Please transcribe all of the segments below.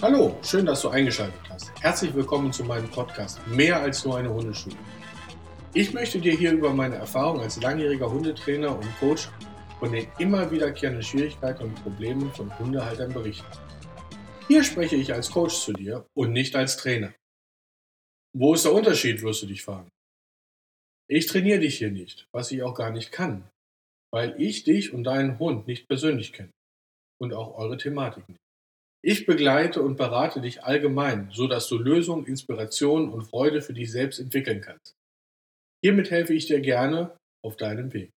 Hallo, schön, dass du eingeschaltet hast. Herzlich willkommen zu meinem Podcast Mehr als nur eine Hundeschule. Ich möchte dir hier über meine Erfahrung als langjähriger Hundetrainer und Coach von den immer wiederkehrenden Schwierigkeiten und Problemen von Hundehaltern berichten. Hier spreche ich als Coach zu dir und nicht als Trainer. Wo ist der Unterschied, wirst du dich fragen. Ich trainiere dich hier nicht, was ich auch gar nicht kann, weil ich dich und deinen Hund nicht persönlich kenne und auch eure Thematik nicht. Ich begleite und berate dich allgemein, so dass du Lösungen, Inspirationen und Freude für dich selbst entwickeln kannst. Hiermit helfe ich dir gerne auf deinem Weg.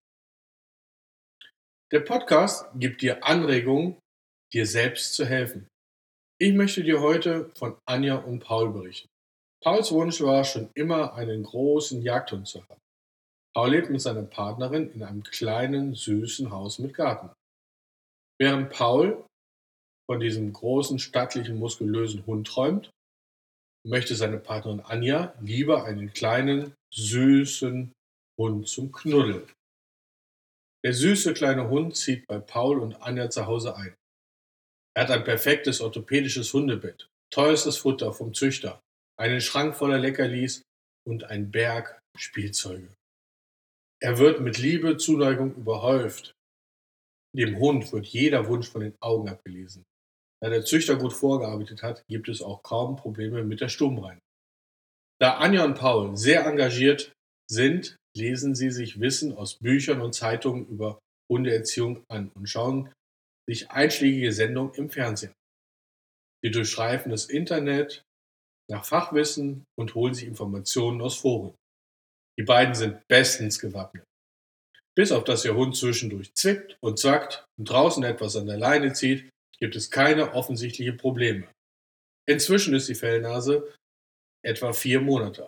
Der Podcast gibt dir Anregungen, dir selbst zu helfen. Ich möchte dir heute von Anja und Paul berichten. Pauls Wunsch war schon immer, einen großen Jagdhund zu haben. Paul lebt mit seiner Partnerin in einem kleinen, süßen Haus mit Garten. Während Paul von diesem großen, stattlichen, muskulösen Hund träumt, möchte seine Partnerin Anja lieber einen kleinen, süßen Hund zum Knuddeln. Der süße kleine Hund zieht bei Paul und Anja zu Hause ein. Er hat ein perfektes orthopädisches Hundebett, teuerstes Futter vom Züchter, einen Schrank voller Leckerlis und einen Berg Spielzeuge. Er wird mit Liebe, Zuneigung überhäuft. Dem Hund wird jeder Wunsch von den Augen abgelesen. Da der Züchter gut vorgearbeitet hat, gibt es auch kaum Probleme mit der Stubenrein. Da Anja und Paul sehr engagiert sind, lesen sie sich Wissen aus Büchern und Zeitungen über Hundeerziehung an und schauen sich einschlägige Sendungen im Fernsehen. Sie durchstreifen das Internet nach Fachwissen und holen sich Informationen aus Foren. Die beiden sind bestens gewappnet. Bis auf dass ihr Hund zwischendurch zwickt und zackt und draußen etwas an der Leine zieht, gibt es keine offensichtlichen Probleme. Inzwischen ist die Fellnase etwa 4 Monate alt.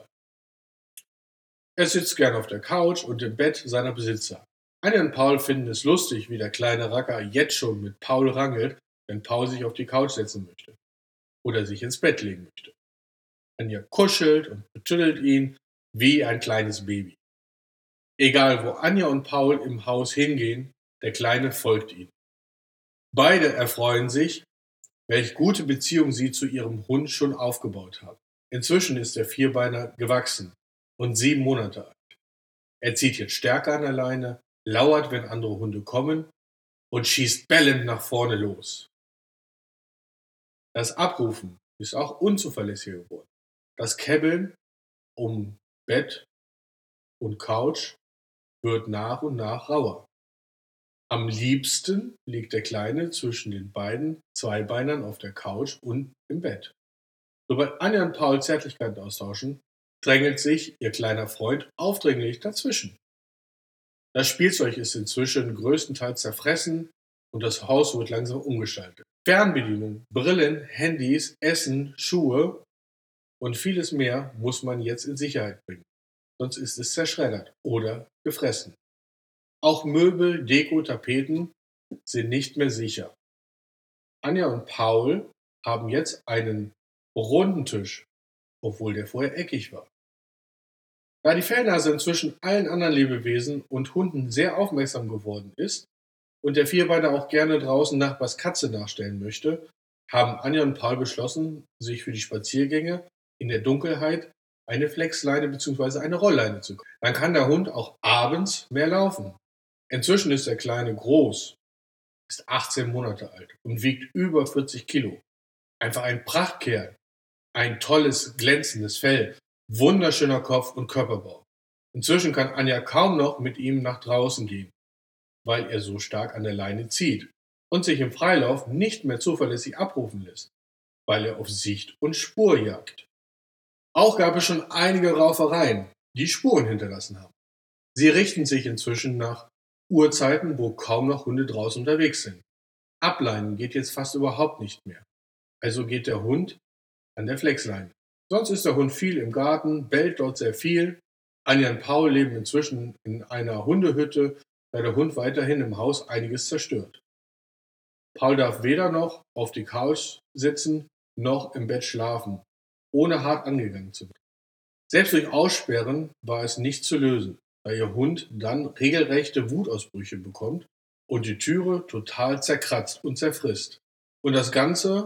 Er sitzt gern auf der Couch und im Bett seiner Besitzer. Anja und Paul finden es lustig, wie der kleine Racker jetzt schon mit Paul rangelt, wenn Paul sich auf die Couch setzen möchte oder sich ins Bett legen möchte. Anja kuschelt und betüttelt ihn wie ein kleines Baby. Egal, wo Anja und Paul im Haus hingehen, der Kleine folgt ihnen. Beide erfreuen sich, welch gute Beziehung sie zu ihrem Hund schon aufgebaut haben. Inzwischen ist der Vierbeiner gewachsen und 7 Monate alt. Er zieht jetzt stärker an der Leine, lauert, wenn andere Hunde kommen und schießt bellend nach vorne los. Das Abrufen ist auch unzuverlässiger geworden. Das Käbbeln um Bett und Couch wird nach und nach rauer. Am liebsten liegt der Kleine zwischen den beiden Zweibeinern auf der Couch und im Bett. Sobald Anja und Paul Zärtlichkeiten austauschen, drängelt sich ihr kleiner Freund aufdringlich dazwischen. Das Spielzeug ist inzwischen größtenteils zerfressen und das Haus wird langsam umgestaltet. Fernbedienung, Brillen, Handys, Essen, Schuhe und vieles mehr muss man jetzt in Sicherheit bringen, sonst ist es zerschreddert oder gefressen. Auch Möbel, Deko, Tapeten sind nicht mehr sicher. Anja und Paul haben jetzt einen runden Tisch, obwohl der vorher eckig war. Da die Fellnase inzwischen allen anderen Lebewesen und Hunden sehr aufmerksam geworden ist und der Vierbeiner auch gerne draußen Nachbars Katze nachstellen möchte, haben Anja und Paul beschlossen, sich für die Spaziergänge in der Dunkelheit eine Flexleine bzw. eine Rollleine zu kaufen. Dann kann der Hund auch abends mehr laufen. Inzwischen ist der Kleine groß, ist 18 Monate alt und wiegt über 40 Kilo. Einfach ein Prachtkerl, ein tolles, glänzendes Fell, wunderschöner Kopf und Körperbau. Inzwischen kann Anja kaum noch mit ihm nach draußen gehen, weil er so stark an der Leine zieht und sich im Freilauf nicht mehr zuverlässig abrufen lässt, weil er auf Sicht und Spur jagt. Auch gab es schon einige Raufereien, die Spuren hinterlassen haben. Sie richten sich inzwischen nach Uhrzeiten, wo kaum noch Hunde draußen unterwegs sind. Ableinen geht jetzt fast überhaupt nicht mehr. Also geht der Hund an der Flexleine. Sonst ist der Hund viel im Garten, bellt dort sehr viel. Anja und Paul leben inzwischen in einer Hundehütte, da der Hund weiterhin im Haus einiges zerstört. Paul darf weder noch auf die Couch sitzen, noch im Bett schlafen, ohne hart angegangen zu werden. Selbst durch Aussperren war es nicht zu lösen, da ihr Hund dann regelrechte Wutausbrüche bekommt und die Türe total zerkratzt und zerfrisst. Und das Ganze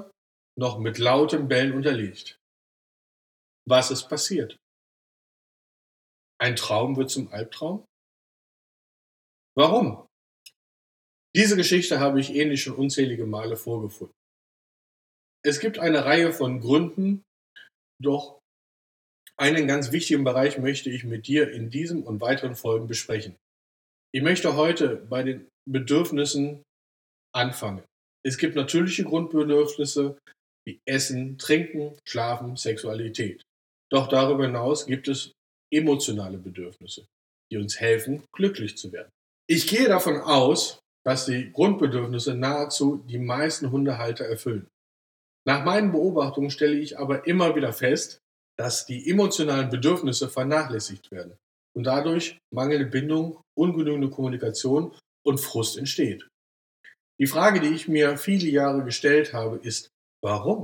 noch mit lautem Bellen unterlegt. Was ist passiert? Ein Traum wird zum Albtraum? Warum? Diese Geschichte habe ich ähnlich schon unzählige Male vorgefunden. Es gibt eine Reihe von Gründen, doch einen ganz wichtigen Bereich möchte ich mit dir in diesem und weiteren Folgen besprechen. Ich möchte heute bei den Bedürfnissen anfangen. Es gibt natürliche Grundbedürfnisse wie Essen, Trinken, Schlafen, Sexualität. Doch darüber hinaus gibt es emotionale Bedürfnisse, die uns helfen, glücklich zu werden. Ich gehe davon aus, dass die Grundbedürfnisse nahezu die meisten Hundehalter erfüllen. Nach meinen Beobachtungen stelle ich aber immer wieder fest, dass die emotionalen Bedürfnisse vernachlässigt werden und dadurch mangelnde Bindung, ungenügende Kommunikation und Frust entsteht. Die Frage, die ich mir viele Jahre gestellt habe, ist, warum?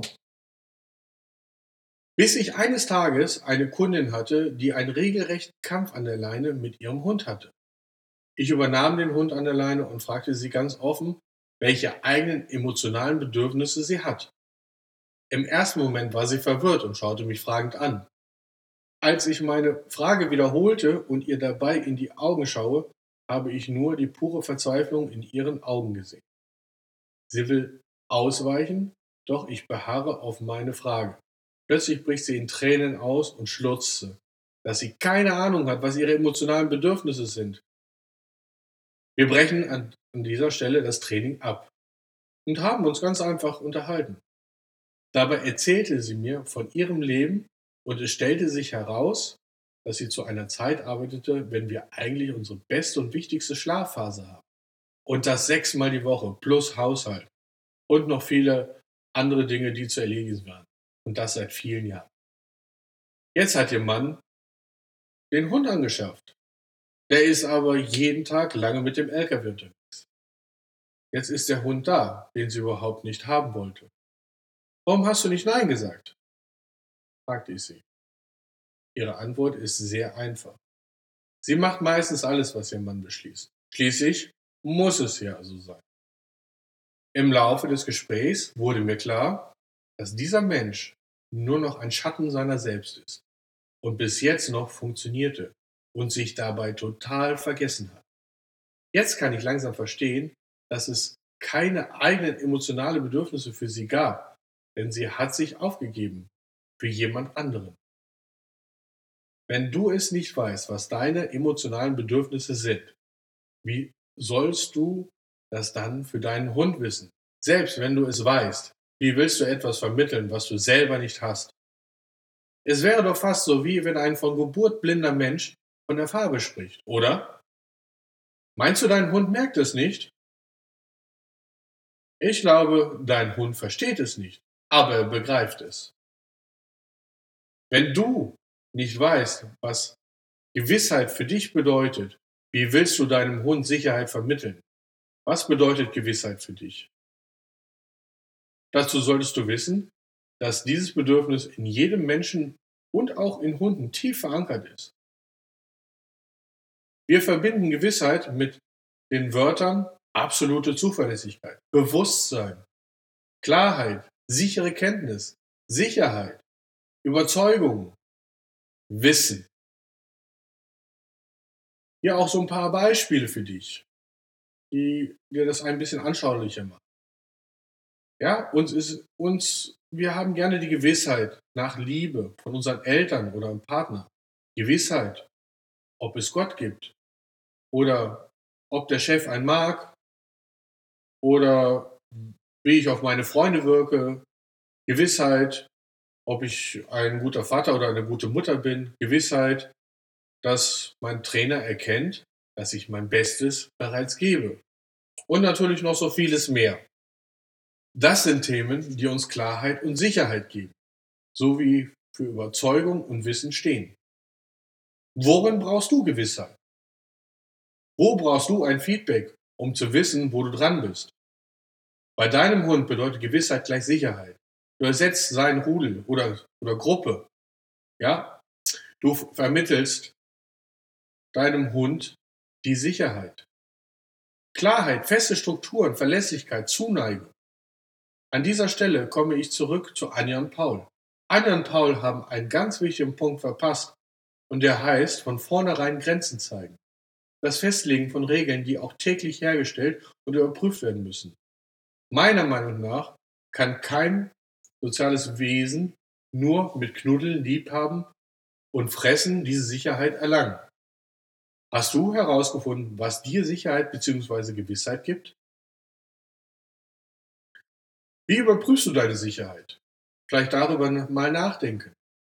Bis ich eines Tages eine Kundin hatte, die einen regelrechten Kampf an der Leine mit ihrem Hund hatte. Ich übernahm den Hund an der Leine und fragte sie ganz offen, welche eigenen emotionalen Bedürfnisse sie hat. Im ersten Moment war sie verwirrt und schaute mich fragend an. Als ich meine Frage wiederholte und ihr dabei in die Augen schaue, habe ich nur die pure Verzweiflung in ihren Augen gesehen. Sie will ausweichen, doch ich beharre auf meine Frage. Plötzlich bricht sie in Tränen aus und schluchzte, dass sie keine Ahnung hat, was ihre emotionalen Bedürfnisse sind. Wir brechen an dieser Stelle das Training ab und haben uns ganz einfach unterhalten. Dabei erzählte sie mir von ihrem Leben und es stellte sich heraus, dass sie zu einer Zeit arbeitete, wenn wir eigentlich unsere beste und wichtigste Schlafphase haben. Und das 6-mal die Woche plus Haushalt und noch viele andere Dinge, die zu erledigen waren. Und das seit vielen Jahren. Jetzt hat ihr Mann den Hund angeschafft. Der ist aber jeden Tag lange mit dem LKW unterwegs. Jetzt ist der Hund da, den sie überhaupt nicht haben wollte. Warum hast du nicht Nein gesagt? Fragte ich sie. Ihre Antwort ist sehr einfach. Sie macht meistens alles, was ihr Mann beschließt. Schließlich muss es ja so sein. Im Laufe des Gesprächs wurde mir klar, dass dieser Mensch nur noch ein Schatten seiner selbst ist und bis jetzt noch funktionierte und sich dabei total vergessen hat. Jetzt kann ich langsam verstehen, dass es keine eigenen emotionalen Bedürfnisse für sie gab, denn sie hat sich aufgegeben für jemand anderen. Wenn du es nicht weißt, was deine emotionalen Bedürfnisse sind, wie sollst du das dann für deinen Hund wissen? Selbst wenn du es weißt, wie willst du etwas vermitteln, was du selber nicht hast? Es wäre doch fast so, wie wenn ein von Geburt blinder Mensch von der Farbe spricht, oder? Meinst du, dein Hund merkt es nicht? Ich glaube, dein Hund versteht es nicht, aber er begreift es. Wenn du nicht weißt, was Gewissheit für dich bedeutet, wie willst du deinem Hund Sicherheit vermitteln? Was bedeutet Gewissheit für dich? Dazu solltest du wissen, dass dieses Bedürfnis in jedem Menschen und auch in Hunden tief verankert ist. Wir verbinden Gewissheit mit den Wörtern absolute Zuverlässigkeit, Bewusstsein, Klarheit, sichere Kenntnis, Sicherheit, Überzeugung, Wissen. Hier auch so ein paar Beispiele für dich, die dir das ein bisschen anschaulicher machen. Ja, wir haben gerne die Gewissheit nach Liebe von unseren Eltern oder einem Partner. Gewissheit, ob es Gott gibt oder ob der Chef einen mag oder wie ich auf meine Freunde wirke. Gewissheit, ob ich ein guter Vater oder eine gute Mutter bin. Gewissheit, dass mein Trainer erkennt, dass ich mein Bestes bereits gebe. Und natürlich noch so vieles mehr. Das sind Themen, die uns Klarheit und Sicherheit geben, sowie für Überzeugung und Wissen stehen. Worin brauchst du Gewissheit? Wo brauchst du ein Feedback, um zu wissen, wo du dran bist? Bei deinem Hund bedeutet Gewissheit gleich Sicherheit. Du ersetzt seinen Rudel oder Gruppe. Ja? Du vermittelst deinem Hund die Sicherheit. Klarheit, feste Strukturen, Verlässlichkeit, Zuneigung. An dieser Stelle komme ich zurück zu Anja und Paul. Anja und Paul haben einen ganz wichtigen Punkt verpasst und der heißt von vornherein Grenzen zeigen. Das Festlegen von Regeln, die auch täglich hergestellt und überprüft werden müssen. Meiner Meinung nach kann kein soziales Wesen nur mit Knuddeln, Liebhaben und Fressen diese Sicherheit erlangen. Hast du herausgefunden, was dir Sicherheit bzw. Gewissheit gibt? Wie überprüfst du deine Sicherheit? Vielleicht darüber mal nachdenken.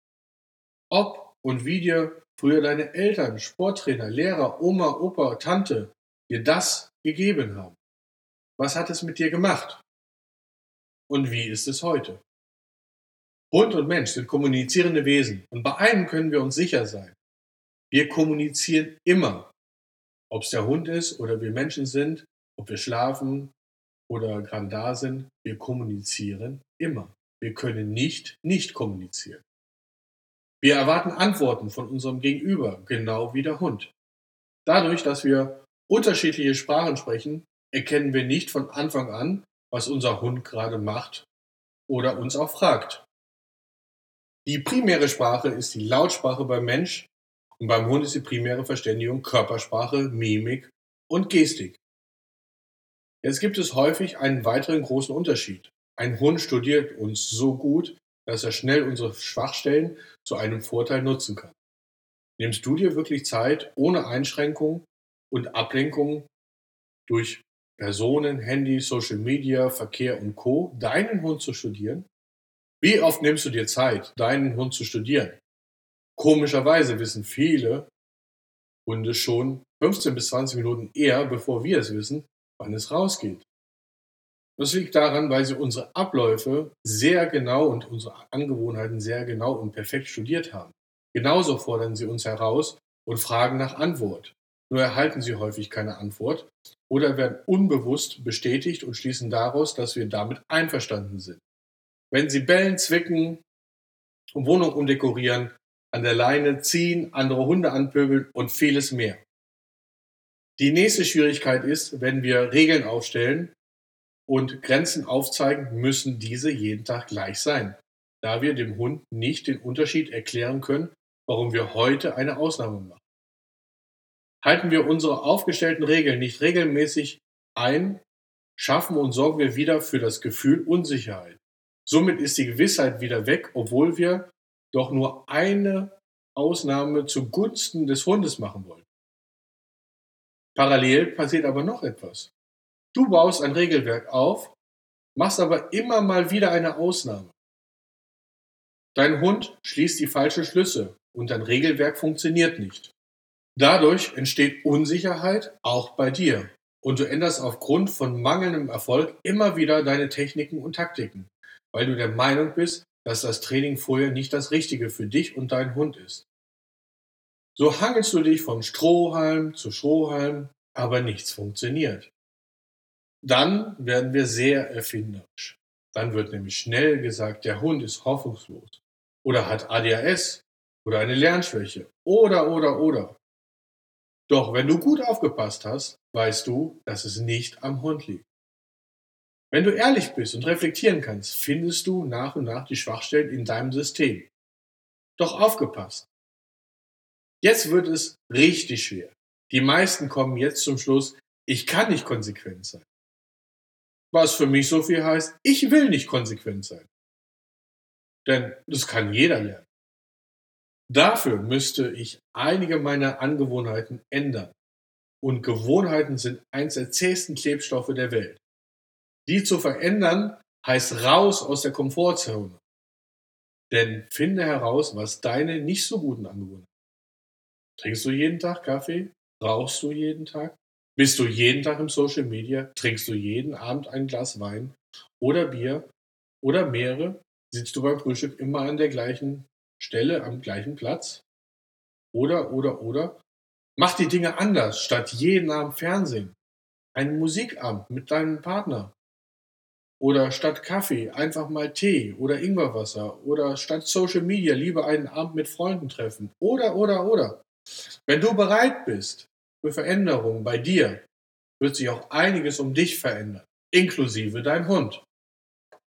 Ob und wie dir früher deine Eltern, Sporttrainer, Lehrer, Oma, Opa, Tante dir das gegeben haben. Was hat es mit dir gemacht? Und wie ist es heute? Hund und Mensch sind kommunizierende Wesen und bei einem können wir uns sicher sein. Wir kommunizieren immer, ob es der Hund ist oder wir Menschen sind, ob wir schlafen oder gerade da sind. Wir kommunizieren immer. Wir können nicht kommunizieren. Wir erwarten Antworten von unserem Gegenüber, genau wie der Hund. Dadurch, dass wir unterschiedliche Sprachen sprechen, erkennen wir nicht von Anfang an, was unser Hund gerade macht oder uns auch fragt. Die primäre Sprache ist die Lautsprache beim Mensch und beim Hund ist die primäre Verständigung Körpersprache, Mimik und Gestik. Jetzt gibt es häufig einen weiteren großen Unterschied. Ein Hund studiert uns so gut, dass er schnell unsere Schwachstellen zu einem Vorteil nutzen kann. Nimmst du dir wirklich Zeit, ohne Einschränkung und Ablenkung durch Personen, Handy, Social Media, Verkehr und Co. deinen Hund zu studieren? Wie oft nimmst du dir Zeit, deinen Hund zu studieren? Komischerweise wissen viele Hunde schon 15 bis 20 Minuten eher, bevor wir es wissen, wann es rausgeht. Das liegt daran, weil sie unsere Abläufe sehr genau und unsere Angewohnheiten sehr genau und perfekt studiert haben. Genauso fordern sie uns heraus und fragen nach Antwort. Nur erhalten sie häufig keine Antwort oder werden unbewusst bestätigt und schließen daraus, dass wir damit einverstanden sind. Wenn sie bellen, zwicken, Wohnung umdekorieren, an der Leine ziehen, andere Hunde anpöbeln und vieles mehr. Die nächste Schwierigkeit ist, wenn wir Regeln aufstellen und Grenzen aufzeigen, müssen diese jeden Tag gleich sein, da wir dem Hund nicht den Unterschied erklären können, warum wir heute eine Ausnahme machen. Halten wir unsere aufgestellten Regeln nicht regelmäßig ein, schaffen und sorgen wir wieder für das Gefühl Unsicherheit. Somit ist die Gewissheit wieder weg, obwohl wir doch nur eine Ausnahme zugunsten des Hundes machen wollen. Parallel passiert aber noch etwas. Du baust ein Regelwerk auf, machst aber immer mal wieder eine Ausnahme. Dein Hund schließt die falschen Schlüsse und dein Regelwerk funktioniert nicht. Dadurch entsteht Unsicherheit auch bei dir und du änderst aufgrund von mangelndem Erfolg immer wieder deine Techniken und Taktiken, weil du der Meinung bist, dass das Training vorher nicht das Richtige für dich und deinen Hund ist. So hangelst du dich von Strohhalm zu Strohhalm, aber nichts funktioniert. Dann werden wir sehr erfinderisch. Dann wird nämlich schnell gesagt, der Hund ist hoffnungslos oder hat ADHS oder eine Lernschwäche oder. Doch wenn du gut aufgepasst hast, weißt du, dass es nicht am Hund liegt. Wenn du ehrlich bist und reflektieren kannst, findest du nach und nach die Schwachstellen in deinem System. Doch aufgepasst. Jetzt wird es richtig schwer. Die meisten kommen jetzt zum Schluss, ich kann nicht konsequent sein. Was für mich so viel heißt, ich will nicht konsequent sein. Denn das kann jeder lernen. Dafür müsste ich einige meiner Angewohnheiten ändern. Und Gewohnheiten sind eins der zähesten Klebstoffe der Welt. Die zu verändern, heißt raus aus der Komfortzone. Denn finde heraus, was deine nicht so guten Angewohnheiten sind. Trinkst du jeden Tag Kaffee? Rauchst du jeden Tag? Bist du jeden Tag im Social Media? Trinkst du jeden Abend ein Glas Wein oder Bier oder mehrere? Sitzt du beim Frühstück immer an der gleichen Stelle, am gleichen Platz? Oder. Mach die Dinge anders, statt jeden Abend Fernsehen. Einen Musikabend mit deinem Partner. Oder statt Kaffee einfach mal Tee oder Ingwerwasser. Oder statt Social Media lieber einen Abend mit Freunden treffen. Oder. Wenn du bereit bist für Veränderungen bei dir, wird sich auch einiges um dich verändern, inklusive dein Hund.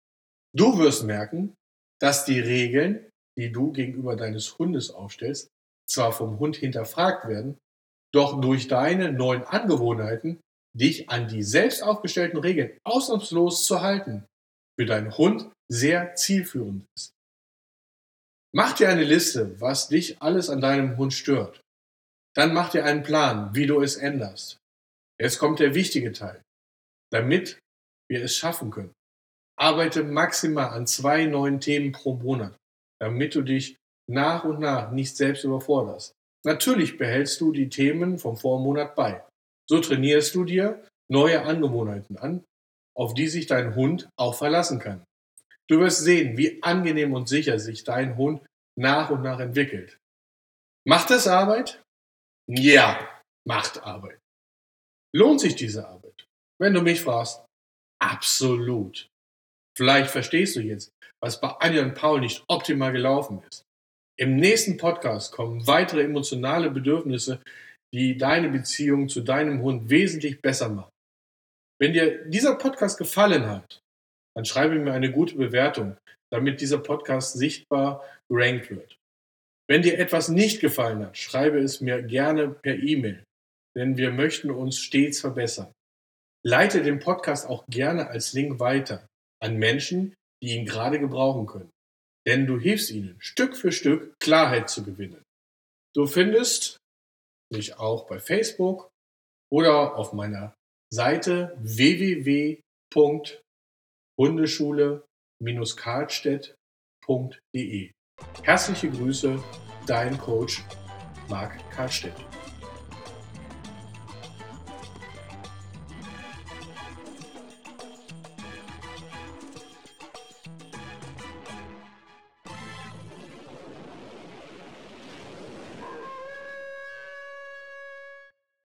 Du wirst merken, dass die Regeln, die du gegenüber deines Hundes aufstellst, zwar vom Hund hinterfragt werden, doch durch deine neuen Angewohnheiten dich an die selbst aufgestellten Regeln ausnahmslos zu halten, für deinen Hund sehr zielführend ist. Mach dir eine Liste, was dich alles an deinem Hund stört. Dann mach dir einen Plan, wie du es änderst. Jetzt kommt der wichtige Teil. Damit wir es schaffen können, arbeite maximal an 2 neuen Themen pro Monat, damit du dich nach und nach nicht selbst überforderst. Natürlich behältst du die Themen vom Vormonat bei. So trainierst du dir neue Angewohnheiten an, auf die sich dein Hund auch verlassen kann. Du wirst sehen, wie angenehm und sicher sich dein Hund nach und nach entwickelt. Macht es Arbeit? Ja, macht Arbeit. Lohnt sich diese Arbeit? Wenn du mich fragst, absolut. Vielleicht verstehst du jetzt, was bei Anja und Paul nicht optimal gelaufen ist. Im nächsten Podcast kommen weitere emotionale Bedürfnisse, die deine Beziehung zu deinem Hund wesentlich besser machen. Wenn dir dieser Podcast gefallen hat, dann schreibe mir eine gute Bewertung, damit dieser Podcast sichtbar gerankt wird. Wenn dir etwas nicht gefallen hat, schreibe es mir gerne per E-Mail, denn wir möchten uns stets verbessern. Leite den Podcast auch gerne als Link weiter an Menschen, die ihn gerade gebrauchen können. Denn du hilfst ihnen, Stück für Stück Klarheit zu gewinnen. Du findest mich auch bei Facebook oder auf meiner Seite www.hundeschule-karlstedt.de. Herzliche Grüße, dein Coach Marc Karlstedt.